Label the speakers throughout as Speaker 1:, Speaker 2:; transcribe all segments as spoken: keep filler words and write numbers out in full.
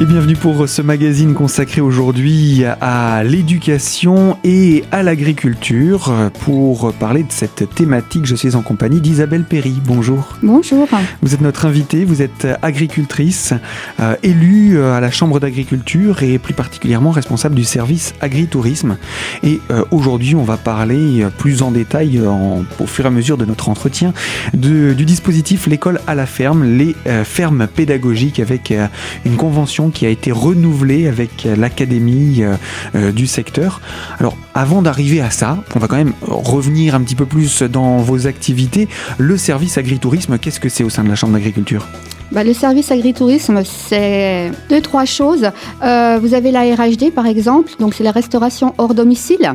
Speaker 1: Et bienvenue pour ce magazine consacré aujourd'hui à l'éducation et à l'agriculture. Pour parler de cette thématique, je suis en compagnie d'Isabelle Perry. Bonjour.
Speaker 2: Bonjour.
Speaker 1: Vous êtes notre invitée, vous êtes agricultrice, euh, élue à la Chambre d'agriculture et plus particulièrement responsable du service agritourisme. Et euh, aujourd'hui, on va parler plus en détail, en, au fur et à mesure de notre entretien, de, du dispositif L'école à la ferme, les euh, fermes pédagogiques avec euh, une convention qui a été renouvelée avec l'académie euh, euh, du secteur. Alors, avant d'arriver à ça, on va quand même revenir un petit peu plus dans vos activités. Le service agritourisme, qu'est-ce que c'est au sein de la Chambre d'agriculture ?
Speaker 2: Bah, le service agritourisme, c'est deux, trois choses. Euh, vous avez la R H D, par exemple, donc c'est la restauration hors domicile,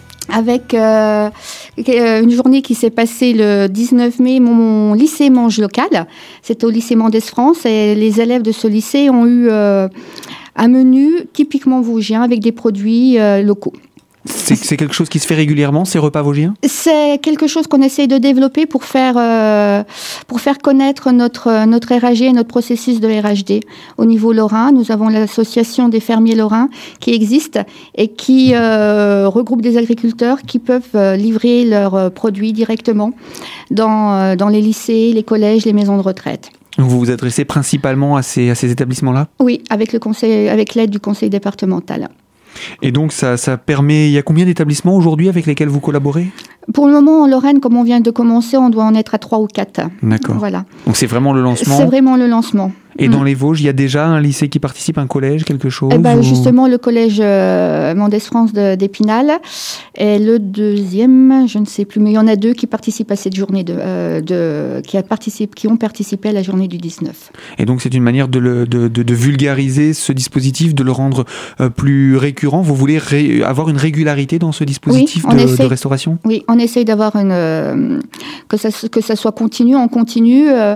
Speaker 2: avec euh, une journée qui s'est passée le dix-neuf mai, mon lycée mange local. C'était au lycée Mendès France et les élèves de ce lycée ont eu euh, un menu typiquement vosgien avec des produits euh, locaux.
Speaker 1: C'est, c'est quelque chose qui se fait régulièrement, ces repas vosgiens ?
Speaker 2: C'est quelque chose qu'on essaye de développer pour faire, euh, pour faire connaître notre, notre R H D et notre processus de R H D. Au niveau lorrain, nous avons l'association des fermiers lorrains qui existe et qui euh, regroupe des agriculteurs qui peuvent euh, livrer leurs produits directement dans, euh, dans les lycées, les collèges, les maisons de retraite.
Speaker 1: Vous vous adressez principalement à ces, à ces établissements-là ?
Speaker 2: Oui, avec, le conseil, avec l'aide du conseil départemental.
Speaker 1: Et donc, ça, ça permet... Il y a combien d'établissements aujourd'hui avec lesquels vous collaborez ?
Speaker 2: Pour le moment, en Lorraine, comme on vient de commencer, on doit en être à trois ou quatre.
Speaker 1: D'accord.
Speaker 2: Voilà.
Speaker 1: Donc, c'est vraiment le lancement ?
Speaker 2: C'est vraiment le lancement.
Speaker 1: Et dans les Vosges, il y a déjà un lycée qui participe, un collège, quelque chose ?
Speaker 2: Eh ben,
Speaker 1: ou...
Speaker 2: Justement, le collège euh, Mendès France de, d'Épinal. Et le deuxième, je ne sais plus, mais il y en a deux qui participent à cette journée, de, euh, de, qui, a participé, qui ont participé à la journée du dix-neuf.
Speaker 1: Et donc, c'est une manière de, le, de, de, de vulgariser ce dispositif, de le rendre euh, plus récurrent. Vous voulez ré, avoir une régularité dans ce dispositif
Speaker 2: oui,
Speaker 1: de,
Speaker 2: essaie,
Speaker 1: de restauration ?
Speaker 2: Oui, on essaye d'avoir une... Euh, que, ça, que ça soit continu, en continu. Euh,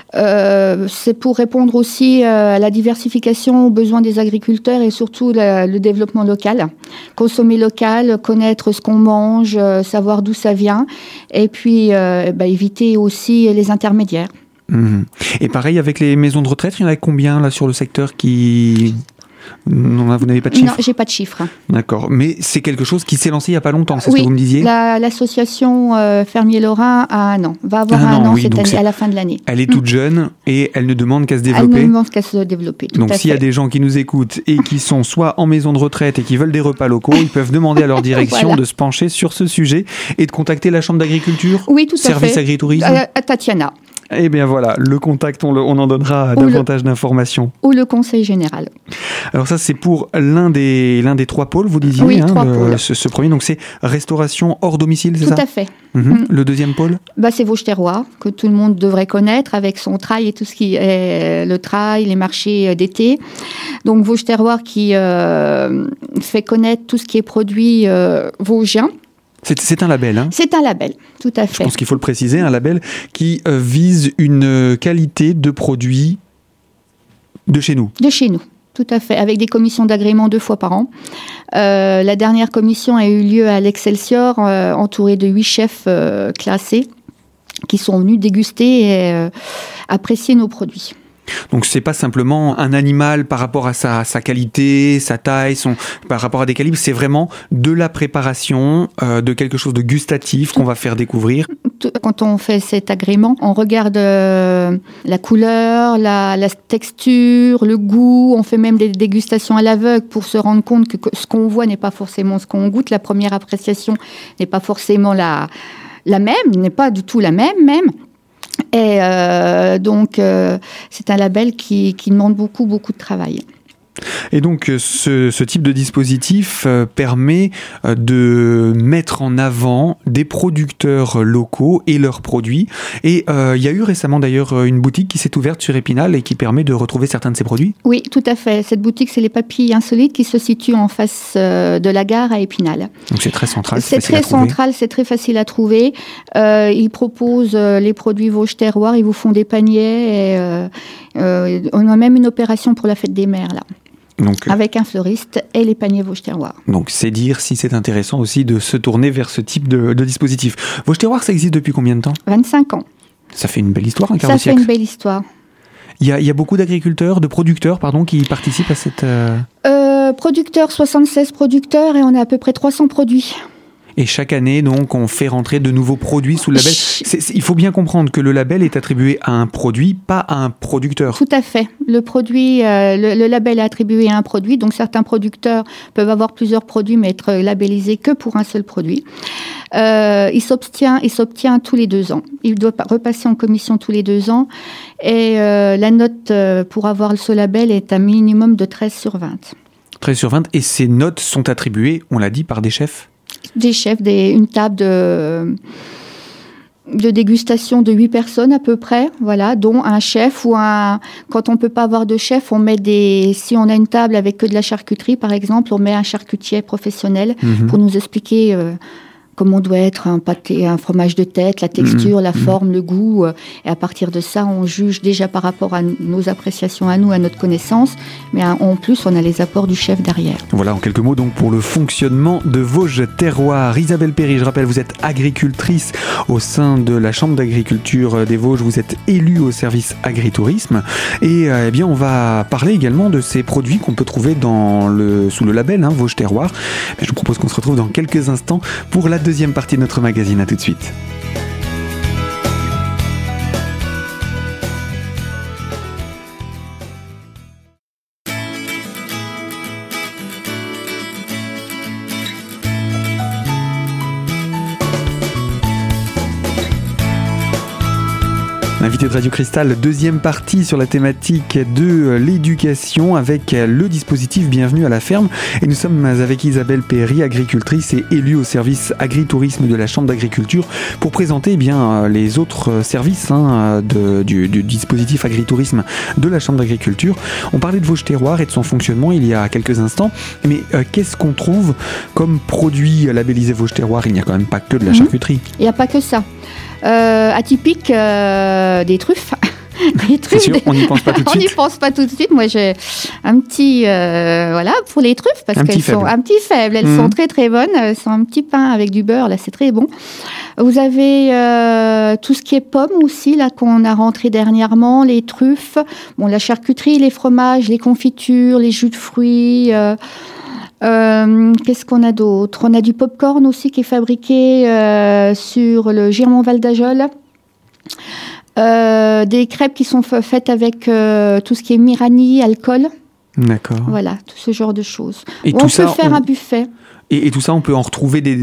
Speaker 2: euh, c'est pour répondre aussi euh, à la diversification aux besoins des agriculteurs et surtout la, le développement local. Consommer local, connaître ce qu'on mange, euh, savoir d'où ça vient et puis euh, bah, éviter aussi les intermédiaires.
Speaker 1: Mmh. Et pareil avec les maisons de retraite, il y en a combien là sur le secteur qui... Non, vous n'avez pas de chiffres ?
Speaker 2: Non, j'ai pas de chiffres.
Speaker 1: D'accord, mais c'est quelque chose qui s'est lancé il n'y a pas longtemps, c'est
Speaker 2: oui,
Speaker 1: ce que vous me disiez ?
Speaker 2: La, l'association euh, Fermier Lorrain a un an, va avoir un, un an, oui, cette année, à la fin de l'année.
Speaker 1: Elle est toute mmh. jeune et elle ne demande qu'à se développer.
Speaker 2: Elle ne demande qu'à se développer, tout
Speaker 1: Donc
Speaker 2: à
Speaker 1: s'il y a des gens qui nous écoutent et qui sont soit en maison de retraite et qui veulent des repas locaux, ils peuvent demander à leur direction voilà. de se pencher sur ce sujet et de contacter la Chambre d'agriculture ?
Speaker 2: Oui, tout à
Speaker 1: Service
Speaker 2: fait.
Speaker 1: agritourisme ?
Speaker 2: euh, à Tatiana.
Speaker 1: Eh bien voilà, le contact, on, le, on en donnera ou davantage le, d'informations.
Speaker 2: Ou le conseil général.
Speaker 1: Alors ça, c'est pour l'un des, l'un des trois pôles, vous disiez,
Speaker 2: oui,
Speaker 1: hein,
Speaker 2: trois
Speaker 1: le,
Speaker 2: pôles.
Speaker 1: Ce, ce premier, donc c'est restauration hors domicile, c'est
Speaker 2: tout
Speaker 1: ça ?
Speaker 2: Tout à fait.
Speaker 1: Mmh. Mmh. Le deuxième pôle ?
Speaker 2: bah, C'est Vosges Terroir, que tout le monde devrait connaître avec son trail et tout ce qui est le trail, les marchés d'été. Donc Vosges Terroir qui euh, fait connaître tout ce qui est produit euh, vosgien.
Speaker 1: C'est, c'est un label, hein ?
Speaker 2: C'est un label, tout à fait.
Speaker 1: Je pense qu'il faut le préciser, un label qui euh, vise une qualité de produit de chez nous.
Speaker 2: De chez nous, tout à fait, avec des commissions d'agrément deux fois par an. Euh, la dernière commission a eu lieu à l'Excelsior, euh, entourée de huit chefs euh, classés qui sont venus déguster et euh, apprécier nos produits.
Speaker 1: Donc c'est pas simplement un animal par rapport à sa, sa qualité, sa taille, son, par rapport à des calibres, c'est vraiment de la préparation, euh, de quelque chose de gustatif qu'on va faire découvrir.
Speaker 2: Quand on fait cet agrément, on regarde euh, la couleur, la, la texture, le goût, on fait même des dégustations à l'aveugle pour se rendre compte que ce qu'on voit n'est pas forcément ce qu'on goûte. La première appréciation n'est pas forcément la, la même, n'est pas du tout la même même. Et euh, donc, euh, c'est un label qui, qui demande beaucoup, beaucoup de travail.
Speaker 1: Et donc, ce, ce type de dispositif euh, permet euh, de mettre en avant des producteurs locaux et leurs produits. Et euh, il y a eu récemment d'ailleurs une boutique qui s'est ouverte sur Épinal et qui permet de retrouver certains de ces produits.
Speaker 2: Oui, tout à fait. Cette boutique, c'est les Papilles Insolites qui se situe en face euh, de la gare à Épinal.
Speaker 1: Donc c'est très central, c'est,
Speaker 2: c'est très central, c'est très facile à trouver. Euh, ils proposent euh, les produits Vosges Terroir, ils vous font des paniers. Et, euh, euh, on a même une opération pour la fête des mères là. Donc, avec un fleuriste et les paniers Vosges Terroir.
Speaker 1: Donc c'est dire si c'est intéressant aussi de se tourner vers ce type de, de dispositif. Vosges Terroir, ça existe depuis combien de temps ?
Speaker 2: vingt-cinq ans.
Speaker 1: Ça fait une belle histoire, un quart de siècle.
Speaker 2: Ça fait une belle histoire.
Speaker 1: Il y a, il y a beaucoup d'agriculteurs, de producteurs, pardon, qui participent à cette... Euh...
Speaker 2: Euh, producteurs, soixante-seize producteurs et on a à peu près trois cents produits.
Speaker 1: Et chaque année, donc, on fait rentrer de nouveaux produits sous le label. C'est, c'est, il faut bien comprendre que le label est attribué à un produit, pas à un producteur.
Speaker 2: Tout à fait. Le produit, euh, le, le label est attribué à un produit. Donc, certains producteurs peuvent avoir plusieurs produits, mais être labellisés que pour un seul produit. Euh, il s'obtient, il s'obtient tous les deux ans. Il doit repasser en commission tous les deux ans. Et euh, la note euh, pour avoir ce label est un minimum de treize sur vingt.
Speaker 1: treize sur vingt. Et ces notes sont attribuées, on l'a dit, par des chefs ?
Speaker 2: Des chefs, des, une table de, de dégustation de huit personnes à peu près, voilà, dont un chef ou un... Quand on ne peut pas avoir de chef, on met des... Si on a une table avec que de la charcuterie, par exemple, on met un charcutier professionnel mmh. pour nous expliquer... Euh, comment doit être un pâté, un fromage de tête, la texture, mmh, la mmh. forme, le goût. Et à partir de ça, on juge déjà par rapport à nos appréciations à nous, à notre connaissance. Mais en plus, on a les apports du chef derrière.
Speaker 1: Voilà, en quelques mots, donc, pour le fonctionnement de Vosges Terroir. Isabelle Perry, je rappelle, vous êtes agricultrice au sein de la Chambre d'agriculture des Vosges. Vous êtes élue au service agritourisme. Et euh, eh bien, on va parler également de ces produits qu'on peut trouver dans le, sous le label hein, Vosges Terroir. Je vous propose qu'on se retrouve dans quelques instants pour la deuxième partie de notre magazine. À tout de suite. Invité de Radio Cristal, deuxième partie sur la thématique de l'éducation avec le dispositif Bienvenue à la ferme. Et nous sommes avec Isabelle Perry, agricultrice et élue au service agritourisme de la Chambre d'agriculture pour présenter eh bien, les autres services hein, de, du, du dispositif agritourisme de la Chambre d'agriculture. On parlait de Vosges Terroir et de son fonctionnement il y a quelques instants. Mais euh, qu'est-ce qu'on trouve comme produit labellisé Vosges Terroir ? Il n'y a quand même pas que de la charcuterie.
Speaker 2: Il n'y a pas que ça. Euh, atypique, euh, des truffes. des truffes
Speaker 1: C'est sûr, des... on n'y pense pas tout de suite.
Speaker 2: On n'y pense pas tout de suite. Moi, j'ai un petit, euh, voilà, pour les truffes, parce
Speaker 1: un
Speaker 2: qu'elles sont un petit faible. Elles mmh. sont très très bonnes. Elles sont un petit pain avec du beurre, là, c'est très bon. Vous avez euh, tout ce qui est pommes aussi, là, qu'on a rentré dernièrement, les truffes, bon, la charcuterie, les fromages, les confitures, les jus de fruits. Euh, Euh, qu'est-ce qu'on a d'autre ? On a du popcorn aussi qui est fabriqué euh, sur le Girmont Val d'Ajol. Euh, des crêpes qui sont f- faites avec euh, tout ce qui est mirani, alcool.
Speaker 1: D'accord.
Speaker 2: Voilà, tout ce genre de choses.
Speaker 1: Et
Speaker 2: on
Speaker 1: tout
Speaker 2: peut
Speaker 1: ça,
Speaker 2: faire
Speaker 1: on...
Speaker 2: un buffet.
Speaker 1: Et, et tout ça, on peut en retrouver des...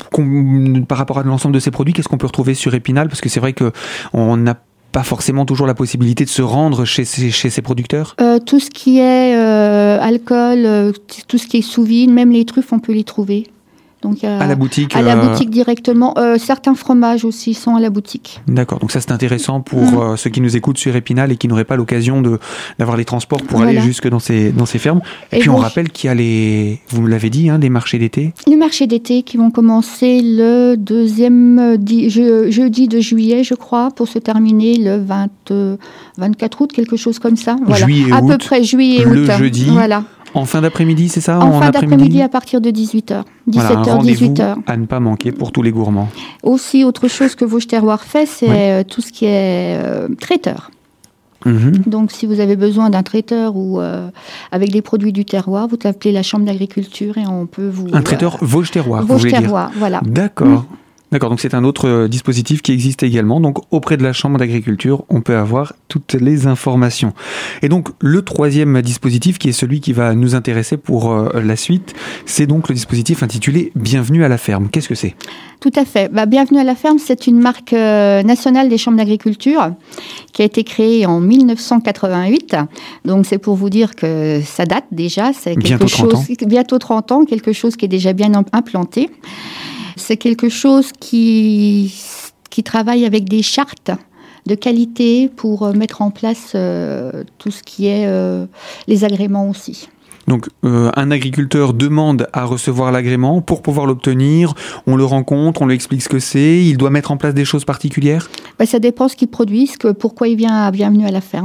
Speaker 1: Par rapport à l'ensemble de ces produits, qu'est-ce qu'on peut retrouver sur Épinal ? Parce que c'est vrai qu'on n'a pas forcément toujours la possibilité de se rendre chez ces, chez ces producteurs.
Speaker 2: euh, Tout ce qui est euh, alcool, euh, tout ce qui est sous vide, même les truffes, on peut les trouver. Donc, euh,
Speaker 1: à la boutique
Speaker 2: À
Speaker 1: euh...
Speaker 2: la boutique directement. Euh, certains fromages aussi sont à la boutique.
Speaker 1: D'accord, donc ça c'est intéressant pour mmh. euh, ceux qui nous écoutent sur Épinal et qui n'auraient pas l'occasion de, d'avoir les transports pour voilà. aller jusque dans ces, dans ces fermes. Et, et puis bon, on rappelle qu'il y a les, vous l'avez dit, hein, les marchés d'été.
Speaker 2: Les marchés d'été qui vont commencer le deuxième di- je, jeudi de juillet, je crois, pour se terminer le vingt, euh, vingt-quatre août, quelque chose comme ça. Voilà.
Speaker 1: Juillet et
Speaker 2: à
Speaker 1: août,
Speaker 2: peu près juillet et août.
Speaker 1: Le jeudi.
Speaker 2: Voilà.
Speaker 1: En fin d'après-midi, c'est ça ?
Speaker 2: En, en fin d'après-midi à partir de dix-huit heures. dix-sept heures,
Speaker 1: voilà, un
Speaker 2: dix-huit heures.
Speaker 1: À ne pas manquer pour tous les gourmands.
Speaker 2: Aussi, autre chose que Vosges Terroir fait, c'est ouais. tout ce qui est euh, traiteur. Mmh. Donc, si vous avez besoin d'un traiteur ou euh, avec des produits du terroir, vous appelez la Chambre d'agriculture et on peut vous...
Speaker 1: Un traiteur euh, Vosges Terroir,
Speaker 2: Vosges Terroir, voilà.
Speaker 1: D'accord. Mmh. D'accord, donc c'est un autre euh, dispositif qui existe également. Donc auprès de la Chambre d'agriculture, on peut avoir toutes les informations. Et donc le troisième dispositif, qui est celui qui va nous intéresser pour euh, la suite, c'est donc le dispositif intitulé Bienvenue à la ferme. Qu'est-ce que c'est ?
Speaker 2: Tout à fait. Bah, Bienvenue à la ferme, c'est une marque euh, nationale des chambres d'agriculture qui a été créée en dix-neuf cent quatre-vingt-huit. Donc c'est pour vous dire que ça date déjà. C'est quelque
Speaker 1: bientôt
Speaker 2: chose,
Speaker 1: trente ans.
Speaker 2: Bientôt trente ans, quelque chose qui est déjà bien implanté. C'est quelque chose qui, qui travaille avec des chartes de qualité pour mettre en place euh, tout ce qui est euh, les agréments aussi.
Speaker 1: Donc euh, un agriculteur demande à recevoir l'agrément. Pour pouvoir l'obtenir, on le rencontre, on lui explique ce que c'est. Il doit mettre en place des choses particulières ?
Speaker 2: Bah, ça dépend ce qu'il produit, ce que, pourquoi il vient à Bienvenue à la ferme.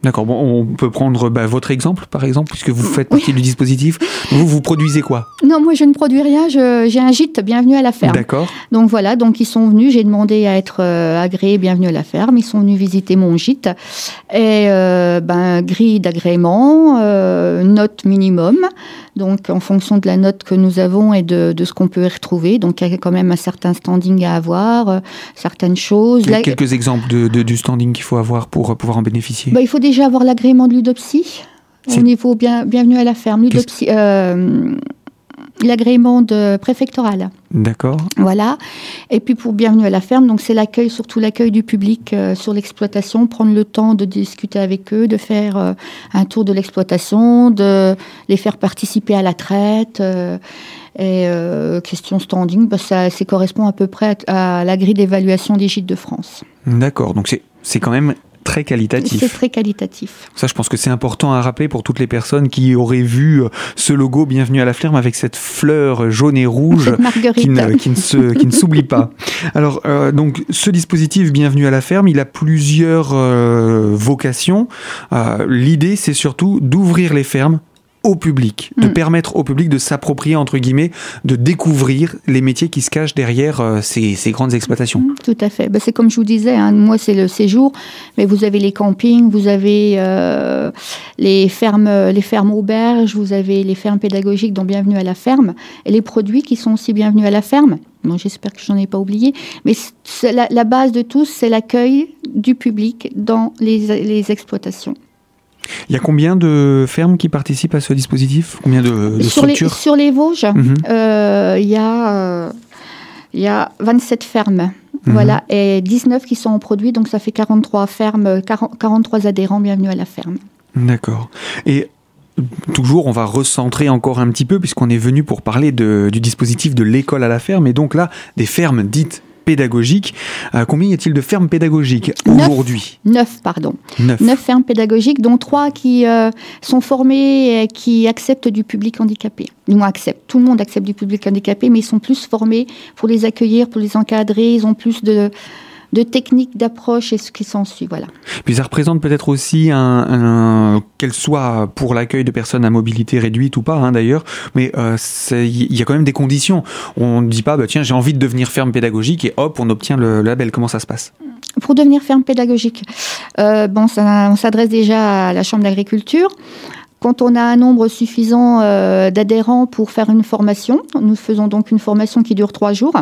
Speaker 1: D'accord, bon, on peut prendre bah, votre exemple, par exemple, puisque vous faites partie oui. du dispositif. Vous, vous produisez quoi?
Speaker 2: Non, moi, je ne produis rien. Je, j'ai un gîte, bienvenue à la ferme.
Speaker 1: D'accord.
Speaker 2: Donc, voilà, donc ils sont venus. J'ai demandé à être euh, agréé, bienvenue à la ferme. Ils sont venus visiter mon gîte. Et, euh, ben, grille d'agrément, euh, note minimum. Donc, en fonction de la note que nous avons et de, de ce qu'on peut y retrouver. Donc, il y a quand même un certain standing à avoir, euh, certaines choses.
Speaker 1: Il y a quelques exemples de, de, du standing qu'il faut avoir pour pouvoir en bénéficier.
Speaker 2: Ben, il faut déjà avoir l'agrément de Ludopsy. C'est... Au niveau bien, bienvenue à la ferme. Ludopsy, euh, l'agrément de préfectoral.
Speaker 1: D'accord.
Speaker 2: Voilà. Et puis pour bienvenue à la ferme, donc c'est l'accueil, surtout l'accueil du public euh, sur l'exploitation, prendre le temps de discuter avec eux, de faire euh, un tour de l'exploitation, de les faire participer à la traite. Euh, et euh, question standing, bah, ça, ça correspond à peu près à, à la grille d'évaluation des gîtes de France.
Speaker 1: D'accord. Donc c'est, c'est quand même très qualitatif.
Speaker 2: C'est très qualitatif.
Speaker 1: Ça, je pense que c'est important à rappeler pour toutes les personnes qui auraient vu ce logo Bienvenue à la ferme avec cette fleur jaune et rouge qui ne, qui ne, se, qui ne s'oublie pas. Alors, euh, donc, ce dispositif Bienvenue à la ferme, il a plusieurs euh, vocations. Euh, l'idée, c'est surtout d'ouvrir les fermes au public, de mmh. permettre au public de s'approprier, entre guillemets, de découvrir les métiers qui se cachent derrière euh, ces, ces grandes exploitations. Mmh,
Speaker 2: tout à fait. Ben, c'est comme je vous disais, hein, moi c'est le séjour, mais vous avez les campings, vous avez euh, les fermes, les fermes auberges, vous avez les fermes pédagogiques dont Bienvenue à la ferme, et les produits qui sont aussi Bienvenue à la ferme. Bon, j'espère que je n'en ai pas oublié, mais c'est la, la base de tout, c'est l'accueil du public dans les, les exploitations.
Speaker 1: Il y a combien de fermes qui participent à ce dispositif? Combien de, de
Speaker 2: sur
Speaker 1: structures
Speaker 2: les, Sur les Vosges, mm-hmm. euh, il y a, euh, il y a vingt-sept fermes, mm-hmm. voilà, et dix-neuf qui sont en produit, donc ça fait quarante-trois fermes, quarante, quarante-trois adhérents, bienvenue à la ferme.
Speaker 1: D'accord. Et toujours, on va recentrer encore un petit peu, puisqu'on est venu pour parler de, du dispositif de l'école à la ferme, et donc là, des fermes dites pédagogiques. Euh, combien y a-t-il de fermes pédagogiques aujourd'hui ?
Speaker 2: Neuf, pardon.
Speaker 1: Neuf.
Speaker 2: Neuf fermes pédagogiques, dont trois qui euh, sont formées et qui acceptent du public handicapé. Nous, on accepte. Tout le monde accepte du public handicapé, mais ils sont plus formés pour les accueillir, pour les encadrer. Ils ont plus de... de techniques d'approche et ce qui s'ensuit, voilà.
Speaker 1: Puis ça représente peut-être aussi un, un qu'elle soit pour l'accueil de personnes à mobilité réduite ou pas, hein, d'ailleurs, mais euh, il y a quand même des conditions. On ne dit pas, bah, tiens, j'ai envie de devenir ferme pédagogique et hop, on obtient le, le label. Comment ça se passe ?
Speaker 2: Pour devenir ferme pédagogique, euh, bon, ça, on s'adresse déjà à la Chambre d'agriculture. Quand on a un nombre suffisant euh, d'adhérents pour faire une formation, nous faisons donc une formation qui dure trois jours.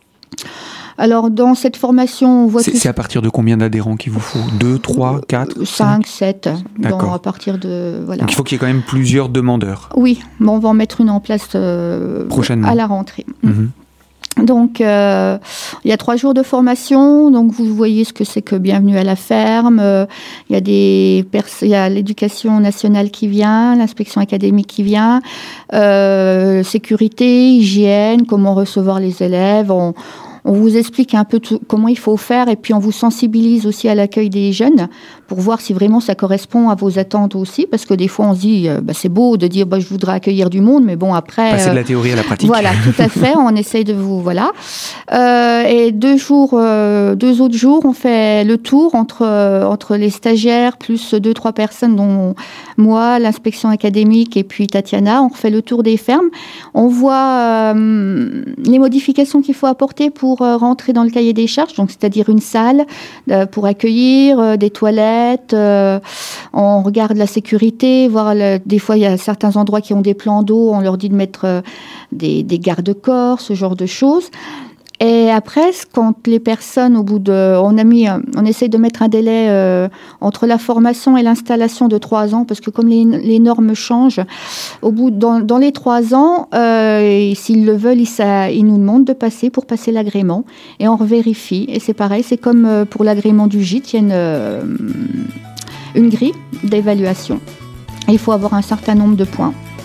Speaker 2: Alors, dans cette formation, on voit...
Speaker 1: C'est, c'est à partir de combien d'adhérents qu'il vous faut ? deux, trois, quatre,
Speaker 2: cinq, sept. D'accord. Dans, à partir de... Voilà.
Speaker 1: Donc, il faut qu'il y ait quand même plusieurs demandeurs.
Speaker 2: Oui, bon, on va en mettre une en place euh, prochainement à la rentrée.
Speaker 1: Mm-hmm.
Speaker 2: Donc, euh, il y a trois jours de formation. Donc, vous voyez ce que c'est que Bienvenue à la ferme. Euh, il y a des pers- il y a l'éducation nationale qui vient, l'inspection académique qui vient, euh, sécurité, hygiène, comment recevoir les élèves. On, on vous explique un peu tout, comment il faut faire et puis on vous sensibilise aussi à l'accueil des jeunes pour voir si vraiment ça correspond à vos attentes aussi. Parce que des fois, on se dit, euh, bah, c'est beau de dire, bah, je voudrais accueillir du monde, mais bon, après...
Speaker 1: Passer de la théorie à la pratique.
Speaker 2: Voilà, tout à fait. On essaye de vous... Voilà. Euh, et deux jours, euh, deux autres jours, on fait le tour entre, euh, entre les stagiaires plus deux, trois personnes, dont moi, l'inspection académique et puis Tatiana. On refait le tour des fermes. On voit euh, les modifications qu'il faut apporter pour euh, rentrer dans le cahier des charges, donc c'est-à-dire une salle euh, pour accueillir, euh, des toilettes. Euh, on regarde la sécurité, voir le, des fois il y a certains endroits qui ont des plans d'eau, on leur dit de mettre euh, des, des garde-corps, ce genre de choses. Et après, quand les personnes, au bout de, on a mis, on essaye de mettre un délai euh, entre la formation et l'installation de trois ans, parce que comme les, les normes changent, au bout dans, dans les trois ans, euh, s'ils le veulent, ils, ça, ils nous demandent de passer pour passer l'agrément, et on revérifie. Et c'est pareil, c'est comme pour l'agrément du gîte, il y a une, euh, une grille d'évaluation. Et il faut avoir un certain nombre de points.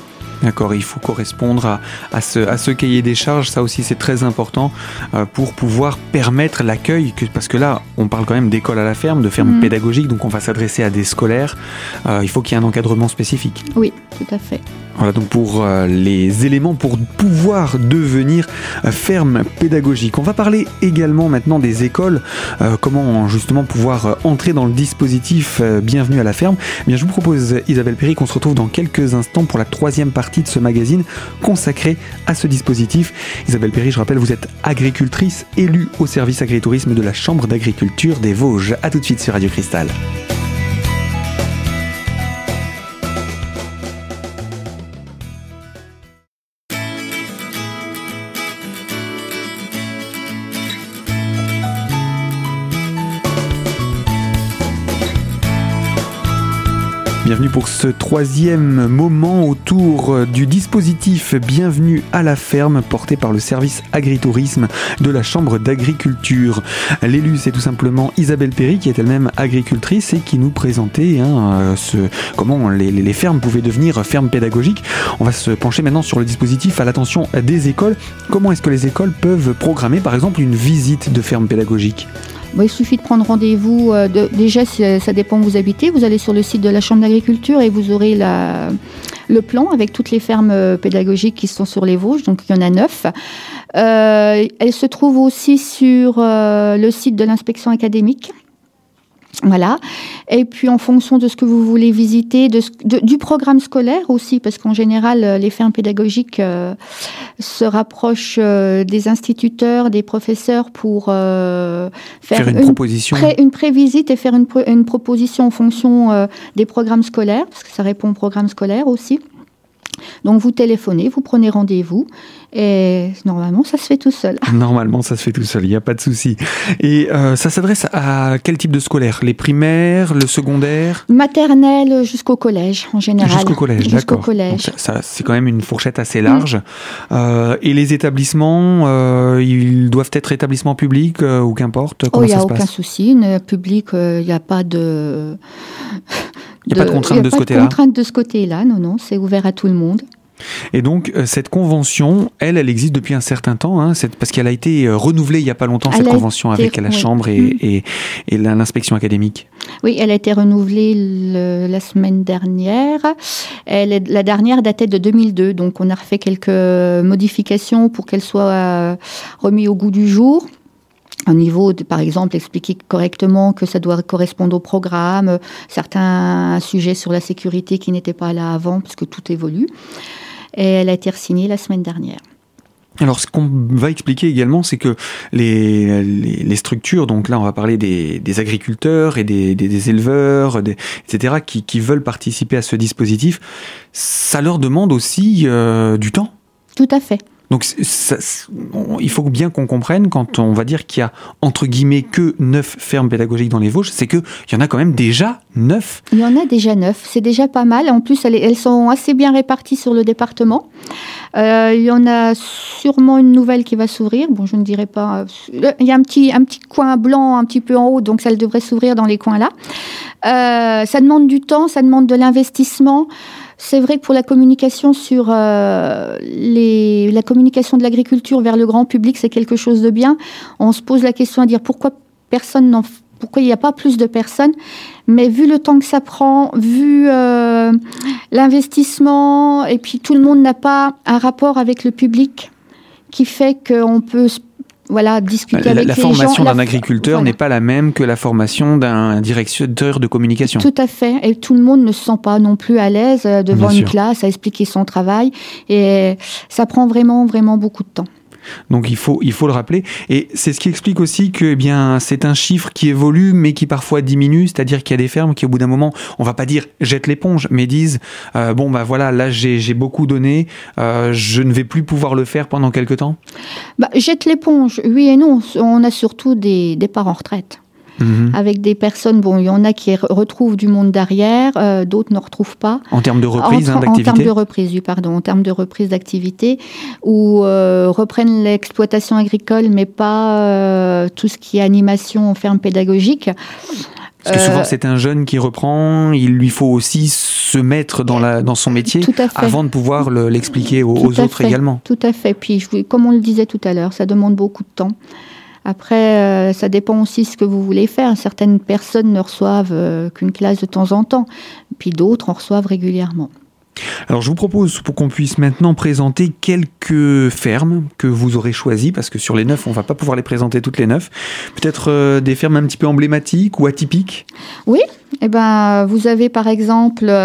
Speaker 1: D'accord, il faut correspondre à, à, ce, à ce cahier des charges, ça aussi c'est très important euh, pour pouvoir permettre l'accueil, que, parce que là on parle quand même d'école à la ferme, de ferme mmh. pédagogique, donc on va s'adresser à des scolaires, euh, il faut qu'il y ait un encadrement spécifique.
Speaker 2: Oui, tout à fait.
Speaker 1: Voilà donc pour euh, les éléments pour pouvoir devenir euh, ferme pédagogique. On va parler également maintenant des écoles, euh, comment justement pouvoir euh, entrer dans le dispositif euh, Bienvenue à la ferme. Eh bien, je vous propose Isabelle Perry qu'on se retrouve dans quelques instants pour la troisième partie de ce magazine consacré à ce dispositif. Isabelle Perry, je rappelle, vous êtes agricultrice élue au service agritourisme de la Chambre d'agriculture des Vosges. A tout de suite sur Radio Cristal. Bienvenue pour ce troisième moment autour du dispositif Bienvenue à la ferme porté par le service agritourisme de la Chambre d'agriculture. L'élu, c'est tout simplement Isabelle Perry qui est elle-même agricultrice et qui nous présentait hein, ce, comment les, les fermes pouvaient devenir fermes pédagogiques. On va se pencher maintenant sur le dispositif à l'attention des écoles. Comment est-ce que les écoles peuvent programmer par exemple une visite de ferme pédagogique ?
Speaker 2: Bon, il suffit de prendre rendez-vous. Euh, de, déjà, ça dépend où vous habitez. Vous allez sur le site de la Chambre d'agriculture et vous aurez la, le plan avec toutes les fermes pédagogiques qui sont sur les Vosges. Donc, il y en a neuf. Euh, elles se trouvent aussi sur euh, le site de l'inspection académique. Voilà. Et puis, en fonction de ce que vous voulez visiter, de, de, du programme scolaire aussi, parce qu'en général, les fermes pédagogiques euh, se rapprochent euh, des instituteurs, des professeurs pour euh, faire,
Speaker 1: faire une, une proposition,
Speaker 2: pré, une prévisite et faire une, une proposition en fonction euh, des programmes scolaires, parce que ça répond au programme scolaire aussi. Donc, vous téléphonez, vous prenez rendez-vous et normalement, ça se fait tout seul.
Speaker 1: Normalement, ça se fait tout seul, il n'y a pas de souci. Et euh, ça s'adresse à quel type de scolaire ? Les primaires, le secondaire ?
Speaker 2: Maternelle jusqu'au collège, en général.
Speaker 1: Jusqu'au collège,
Speaker 2: jusqu'au
Speaker 1: d'accord.
Speaker 2: Collège.
Speaker 1: Donc ça, ça, c'est quand même une fourchette assez large. Mmh. Euh, et les établissements, euh, ils doivent être établissements publics euh, ou qu'importe ? Comment
Speaker 2: oh,
Speaker 1: ça se passe ?
Speaker 2: Il n'y a aucun souci. Une public, il euh, n'y a pas de...
Speaker 1: Il n'y a pas de contrainte de ce côté-là ?
Speaker 2: Il n'y a pas de contrainte de ce côté-là, non, non, c'est ouvert à tout le monde.
Speaker 1: Et donc, euh, cette convention, elle, elle existe depuis un certain temps, hein, c'est parce qu'elle a été euh, renouvelée il n'y a pas longtemps, elle cette convention été, avec la oui. Chambre et, mmh. et, et l'inspection académique.
Speaker 2: Oui, elle a été renouvelée le, la semaine dernière. Elle est, la dernière datait de deux mille deux, donc on a refait quelques modifications pour qu'elle soit euh, remise au goût du jour. Au niveau, de, par exemple, expliquer correctement que ça doit correspondre au programme, certains sujets sur la sécurité qui n'étaient pas là avant, parce que tout évolue. Et elle a été re-signée la semaine dernière.
Speaker 1: Alors, ce qu'on va expliquer également, c'est que les, les, les structures, donc là, on va parler des, des agriculteurs et des, des, des éleveurs, des, et cetera, qui, qui veulent participer à ce dispositif, ça leur demande aussi euh, du temps.
Speaker 2: Tout à fait.
Speaker 1: Donc, ça, on, il faut bien qu'on comprenne, quand on va dire qu'il y a, entre guillemets, que neuf fermes pédagogiques dans les Vosges, c'est qu'il y en a quand même déjà neuf.
Speaker 2: Il y en a déjà neuf, c'est déjà pas mal. En plus, elles, elles sont assez bien réparties sur le département. Euh, il y en a sûrement une nouvelle qui va s'ouvrir. Bon, je ne dirais pas... Il y a un petit, un petit coin blanc un petit peu en haut, donc ça devrait s'ouvrir dans les coins-là. Euh, ça demande du temps, ça demande de l'investissement. C'est vrai que pour la communication sur euh, les, la communication de l'agriculture vers le grand public, c'est quelque chose de bien. On se pose la question à dire pourquoi personne n'en, pourquoi il n'y a pas plus de personnes. Mais vu le temps que ça prend, vu euh, l'investissement, et puis tout le monde n'a pas un rapport avec le public qui fait qu'on peut voilà, discuter
Speaker 1: la,
Speaker 2: avec
Speaker 1: la
Speaker 2: les
Speaker 1: formation
Speaker 2: gens.
Speaker 1: d'un
Speaker 2: la,
Speaker 1: agriculteur
Speaker 2: voilà.
Speaker 1: n'est pas la même que la formation d'un directeur de communication.
Speaker 2: Tout à fait. Et tout le monde ne se sent pas non plus à l'aise devant Bien une sûr. classe à expliquer son travail. Et ça prend vraiment, vraiment beaucoup de temps.
Speaker 1: Donc il faut, il faut le rappeler. Et c'est ce qui explique aussi que eh bien, c'est un chiffre qui évolue, mais qui parfois diminue. C'est-à-dire qu'il y a des fermes qui, au bout d'un moment, on va pas dire jette l'éponge, mais disent euh, bon, bah voilà, là j'ai, j'ai beaucoup donné, euh, je ne vais plus pouvoir le faire pendant quelque temps.
Speaker 2: Bah, jette l'éponge, oui et non. On a surtout des départs en retraite. Mmh. Avec des personnes, bon, il y en a qui retrouvent du monde derrière, euh, d'autres ne retrouvent pas.
Speaker 1: En termes de reprise
Speaker 2: en,
Speaker 1: hein, d'activité.
Speaker 2: En termes de reprise, oui, pardon, en termes de reprise d'activité, ou euh, reprennent l'exploitation agricole, mais pas euh, tout ce qui est animation en ferme pédagogique.
Speaker 1: Parce que souvent, euh, c'est un jeune qui reprend, il lui faut aussi se mettre dans, la, dans son métier avant de pouvoir le, l'expliquer aux, aux autres
Speaker 2: fait,
Speaker 1: également.
Speaker 2: Tout à fait. Puis, je, comme on le disait tout à l'heure, ça demande beaucoup de temps. Après, euh, ça dépend aussi de ce que vous voulez faire. Certaines personnes ne reçoivent euh, qu'une classe de temps en temps, puis d'autres en reçoivent régulièrement.
Speaker 1: Alors je vous propose, pour qu'on puisse maintenant présenter quelques fermes que vous aurez choisies, parce que sur les neuf, on ne va pas pouvoir les présenter toutes les neuf, peut-être euh, des fermes un petit peu emblématiques ou atypiques.
Speaker 2: Oui, eh ben, vous avez par exemple euh,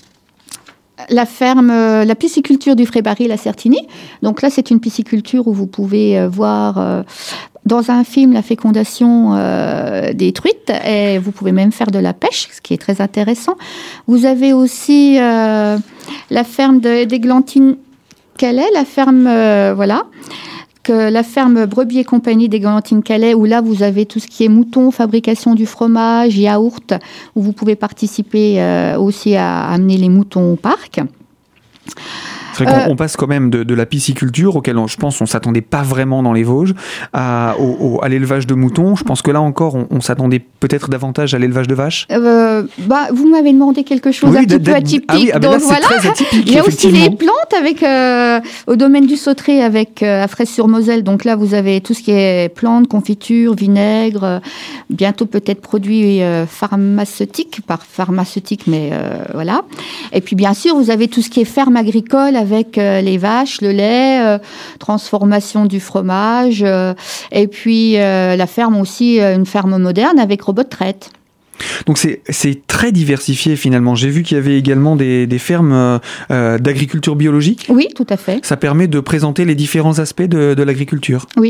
Speaker 2: la ferme, euh, la pisciculture du Frébaril à Certigny. Donc là, c'est une pisciculture où vous pouvez euh, voir... Euh, dans un film, la fécondation euh, des truites, et vous pouvez même faire de la pêche, ce qui est très intéressant. Vous avez aussi euh, la ferme de, d'Églantine Calais, la ferme, euh, voilà, que la ferme Brebis et compagnie d'Églantine Calais, où là, vous avez tout ce qui est mouton, fabrication du fromage, yaourt, où vous pouvez participer euh, aussi à amener les moutons au parc.
Speaker 1: C'est vrai qu'on euh, on passe quand même de, de la pisciculture, auquel on, je pense on ne s'attendait pas vraiment dans les Vosges, à, au, au, à l'élevage de moutons. Je pense que là encore, on, on s'attendait peut-être davantage à l'élevage de vaches.
Speaker 2: Euh, bah, vous m'avez demandé quelque chose oui, un petit peu atypique. Ah oui, ah ben
Speaker 1: donc
Speaker 2: là, voilà.
Speaker 1: C'est très atypique,
Speaker 2: il y a aussi les plantes avec, euh, au domaine du Sauteré avec euh, à Fraisse-sur-Moselle. Donc là, vous avez tout ce qui est plantes, confiture, vinaigre, euh, bientôt peut-être produits euh, pharmaceutiques, par pharmaceutique, mais euh, voilà. Et puis bien sûr, vous avez tout ce qui est ferme agricole avec euh, les vaches, le lait, euh, transformation du fromage, euh, et puis euh, la ferme aussi, euh, une ferme moderne avec robot de traite.
Speaker 1: Donc c'est, c'est très diversifié finalement. J'ai vu qu'il y avait également des, des fermes euh, d'agriculture biologique.
Speaker 2: Oui, tout à fait.
Speaker 1: Ça permet de présenter les différents aspects de, de l'agriculture.
Speaker 2: Oui.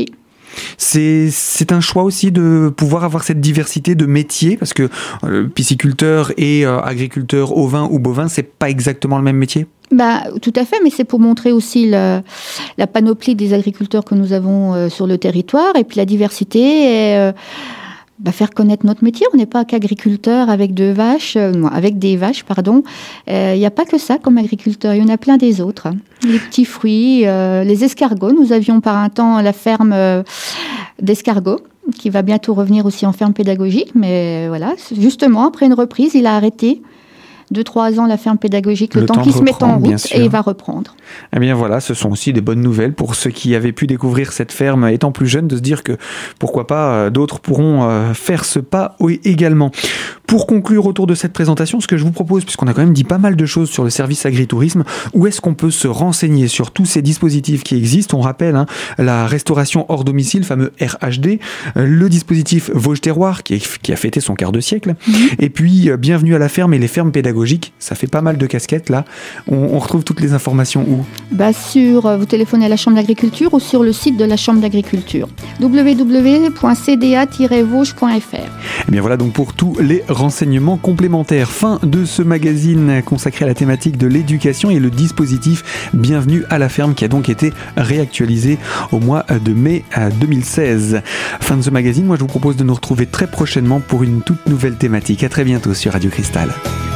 Speaker 1: C'est, c'est un choix aussi de pouvoir avoir cette diversité de métiers, parce que euh, pisciculteur et euh, agriculteur ovin ou bovin, c'est pas exactement le même métier.
Speaker 2: Bah, tout à fait, mais c'est pour montrer aussi le, la panoplie des agriculteurs que nous avons euh, sur le territoire, et puis la diversité, et euh, bah, faire connaître notre métier. On n'est pas qu'agriculteur avec deux vaches, euh, non, avec des vaches, pardon. Il euh, n'y a pas que ça comme agriculteur, il y en a plein des autres. Les petits fruits, euh, les escargots. Nous avions par un temps la ferme euh, d'escargots, qui va bientôt revenir aussi en ferme pédagogique, mais euh, voilà, justement, après une reprise, il a arrêté. Deux, trois ans, la ferme pédagogique, le, le temps, temps qu'il se mette en route, et il va reprendre.
Speaker 1: Eh bien voilà, ce sont aussi des bonnes nouvelles pour ceux qui avaient pu découvrir cette ferme étant plus jeunes, de se dire que pourquoi pas d'autres pourront faire ce pas également. Pour conclure autour de cette présentation, ce que je vous propose, puisqu'on a quand même dit pas mal de choses sur le service agritourisme, où est-ce qu'on peut se renseigner sur tous ces dispositifs qui existent? On rappelle hein, la restauration hors domicile, fameux R H D, le dispositif Vosges Terroir, qui, est, qui a fêté son quart de siècle, mmh. et puis bienvenue à la ferme et les fermes pédagogiques. Ça fait pas mal de casquettes là. On, on retrouve toutes les informations où?
Speaker 2: Bah sur, vous téléphonez à la Chambre d'agriculture ou sur le site de la Chambre d'agriculture, w w w point c d a tiret vosges point f r.
Speaker 1: Et bien voilà donc pour tous les renseignements complémentaires. Fin de ce magazine consacré à la thématique de l'éducation et le dispositif Bienvenue à la ferme qui a donc été réactualisé au mois de mai deux mille seize. Fin de ce magazine. Moi je vous propose de nous retrouver très prochainement pour une toute nouvelle thématique. À très bientôt sur Radio Cristal.